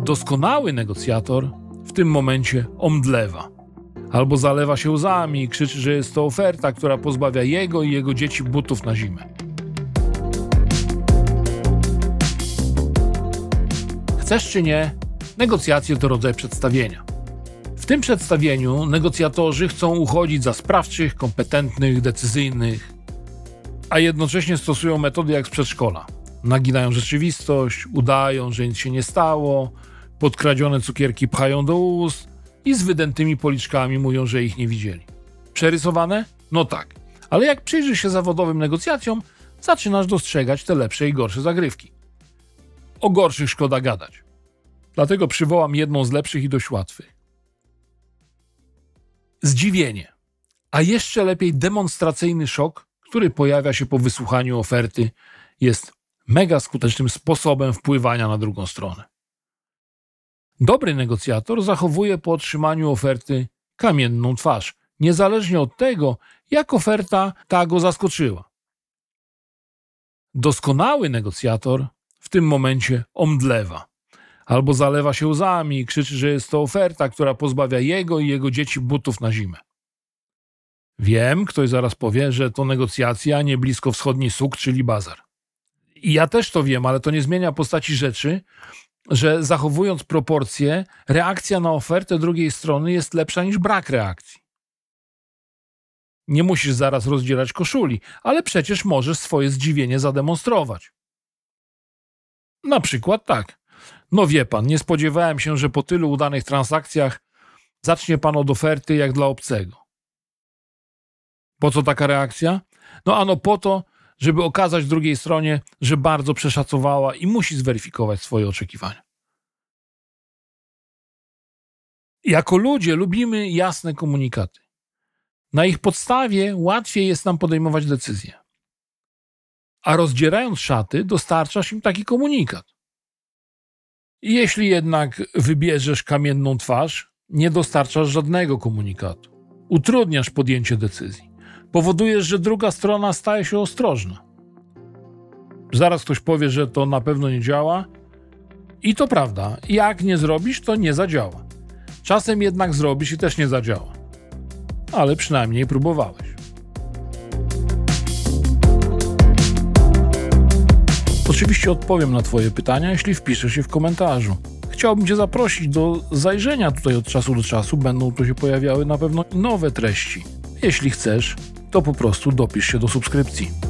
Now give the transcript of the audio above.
Doskonały negocjator w tym momencie omdlewa. Albo zalewa się łzami i krzyczy, że jest to oferta, która pozbawia jego i jego dzieci butów na zimę. Chcesz czy nie, negocjacje to rodzaj przedstawienia. W tym przedstawieniu negocjatorzy chcą uchodzić za sprawczych, kompetentnych, decyzyjnych, a jednocześnie stosują metody jak z przedszkola. Naginają rzeczywistość, udają, że nic się nie stało, podkradzione cukierki pchają do ust i z wydętymi policzkami mówią, że ich nie widzieli. Przerysowane? No tak. Ale jak przyjrzysz się zawodowym negocjacjom, zaczynasz dostrzegać te lepsze i gorsze zagrywki. O gorszych szkoda gadać. Dlatego przywołam jedną z lepszych i dość łatwych. Zdziwienie, a jeszcze lepiej demonstracyjny szok, który pojawia się po wysłuchaniu oferty, jest mega skutecznym sposobem wpływania na drugą stronę. Dobry negocjator zachowuje po otrzymaniu oferty kamienną twarz, niezależnie od tego, jak oferta ta go zaskoczyła. Doskonały negocjator w tym momencie omdlewa. Albo zalewa się łzami i krzyczy, że jest to oferta, która pozbawia jego i jego dzieci butów na zimę. Wiem, ktoś zaraz powie, że to negocjacja, a nie bliskowschodni suk, czyli bazar. I ja też to wiem, ale to nie zmienia postaci rzeczy, że zachowując proporcje, reakcja na ofertę drugiej strony jest lepsza niż brak reakcji. Nie musisz zaraz rozdzierać koszuli, ale przecież możesz swoje zdziwienie zademonstrować. Na przykład tak. No wie pan, nie spodziewałem się, że po tylu udanych transakcjach zacznie pan od oferty jak dla obcego. Po co taka reakcja? No ano po to, żeby okazać drugiej stronie, że bardzo przeszacowała i musi zweryfikować swoje oczekiwania. Jako ludzie lubimy jasne komunikaty. Na ich podstawie łatwiej jest nam podejmować decyzje. A rozdzierając szaty, dostarczasz im taki komunikat. Jeśli jednak wybierzesz kamienną twarz, nie dostarczasz żadnego komunikatu. Utrudniasz podjęcie decyzji. Powodujesz, że druga strona staje się ostrożna. Zaraz ktoś powie, że to na pewno nie działa. I to prawda. Jak nie zrobisz, to nie zadziała. Czasem jednak zrobisz i też nie zadziała. Ale przynajmniej próbowałeś. Oczywiście odpowiem na twoje pytania, jeśli wpiszesz je w komentarzu. Chciałbym cię zaprosić do zajrzenia tutaj od czasu do czasu. Będą tu się pojawiały na pewno nowe treści. Jeśli chcesz, to po prostu dopisz się do subskrypcji.